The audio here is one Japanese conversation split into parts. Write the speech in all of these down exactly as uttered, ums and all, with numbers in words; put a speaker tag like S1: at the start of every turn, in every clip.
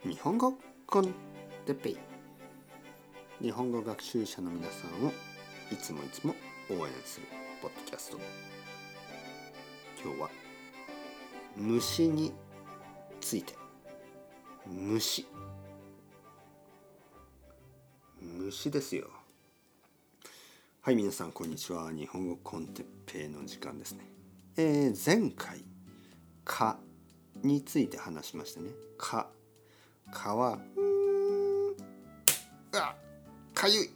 S1: 日本語コンテペイ、日本語学習者の皆さんをいつもいつも応援するポッドキャスト。今日は虫について。虫虫ですよ。はい、皆さんこんにちは。日本語コンテッペイの時間ですね。えー、前回蚊について話しましたね。蚊蚊はうーんあかゆい、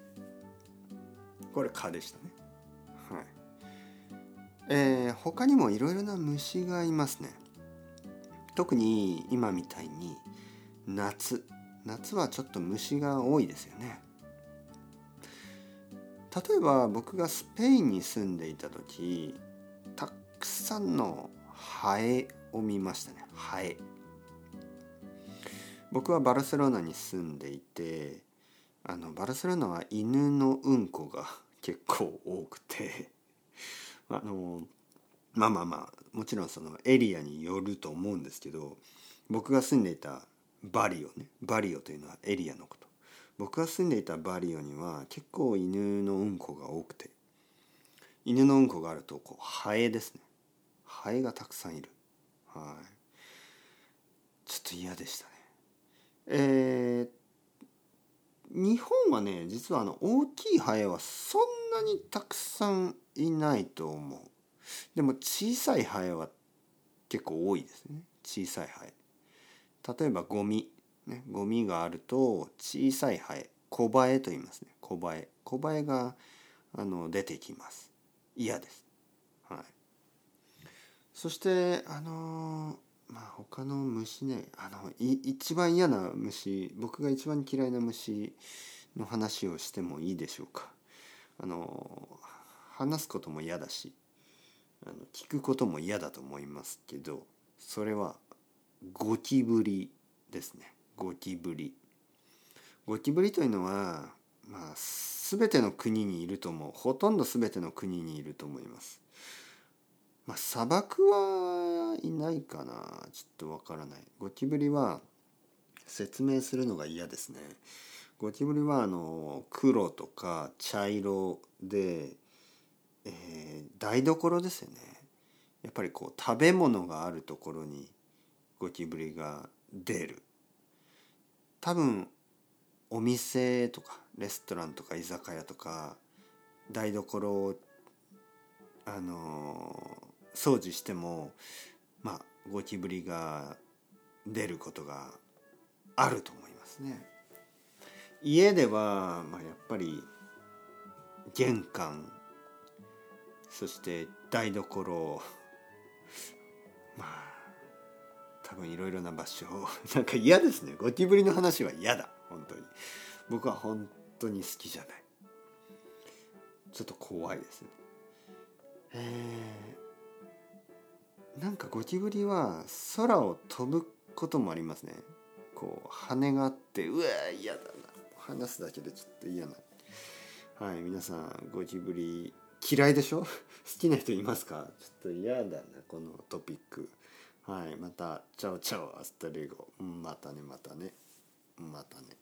S1: これ蚊でしたね。はい。えー、他にもいろいろな虫がいますね。特に今みたいに夏夏はちょっと虫が多いですよね。例えば僕がスペインに住んでいた時、たくさんのハエを見ましたね。ハエ。僕はバルセロナに住んでいて、あのバルセロナは犬のうんこが結構多くてあのまあまあまあもちろんそのエリアによると思うんですけど、僕が住んでいたバリオね、バリオというのはエリアのこと。僕が住んでいたバリオには結構犬のうんこが多くて、犬のうんこがあるとこうハエですね。ハエがたくさんいる。はい。ちょっと嫌でしたね。えー、日本はね、実はあの大きいハエはそんなにたくさんいないと思う。でも小さいハエは結構多いですね。小さいハエ。例えばゴミ、ね、ゴミがあると小さいハエ、コバエと言いますね。コバエ、コバエがあの出てきます。嫌です。はい。そしてあのまあ他の虫ね、あのい一番嫌な虫、僕が一番嫌いな虫の話をしてもいいでしょうか。あの話すことも嫌だし、あの聞くことも嫌だと思いますけど、それはゴキブリですね。ゴキブリ。ゴキブリというのは、まあ全ての国にいると思う。ほとんど全ての国にいると思います。まあ砂漠はいないかな。ちょっとわからない。ゴキブリは説明するのが嫌ですね。ゴキブリはあの黒とか茶色で、えー、台所ですよね。やっぱりこう食べ物があるところにゴキブリが出る。多分お店とかレストランとか居酒屋とか台所をあのー、掃除してもまあゴキブリが出ることがあると思いますね。家では、まあ、やっぱり玄関、そして台所、まあ多分いろいろな場所なんか嫌ですね。ゴキブリの話は嫌だ。本当に僕は本当に好きじゃない。ちょっと怖いですね。えー、なんかゴキブリは空を飛ぶこともありますね。こう羽があってうわ嫌だな、話すだけでちょっと嫌な。はい、皆さんゴキブリ嫌いでしょ好きな人いますか？ちょっと嫌だなこのトピック。はい、またチャオチャオアスタレゴ。またねまたねまたね。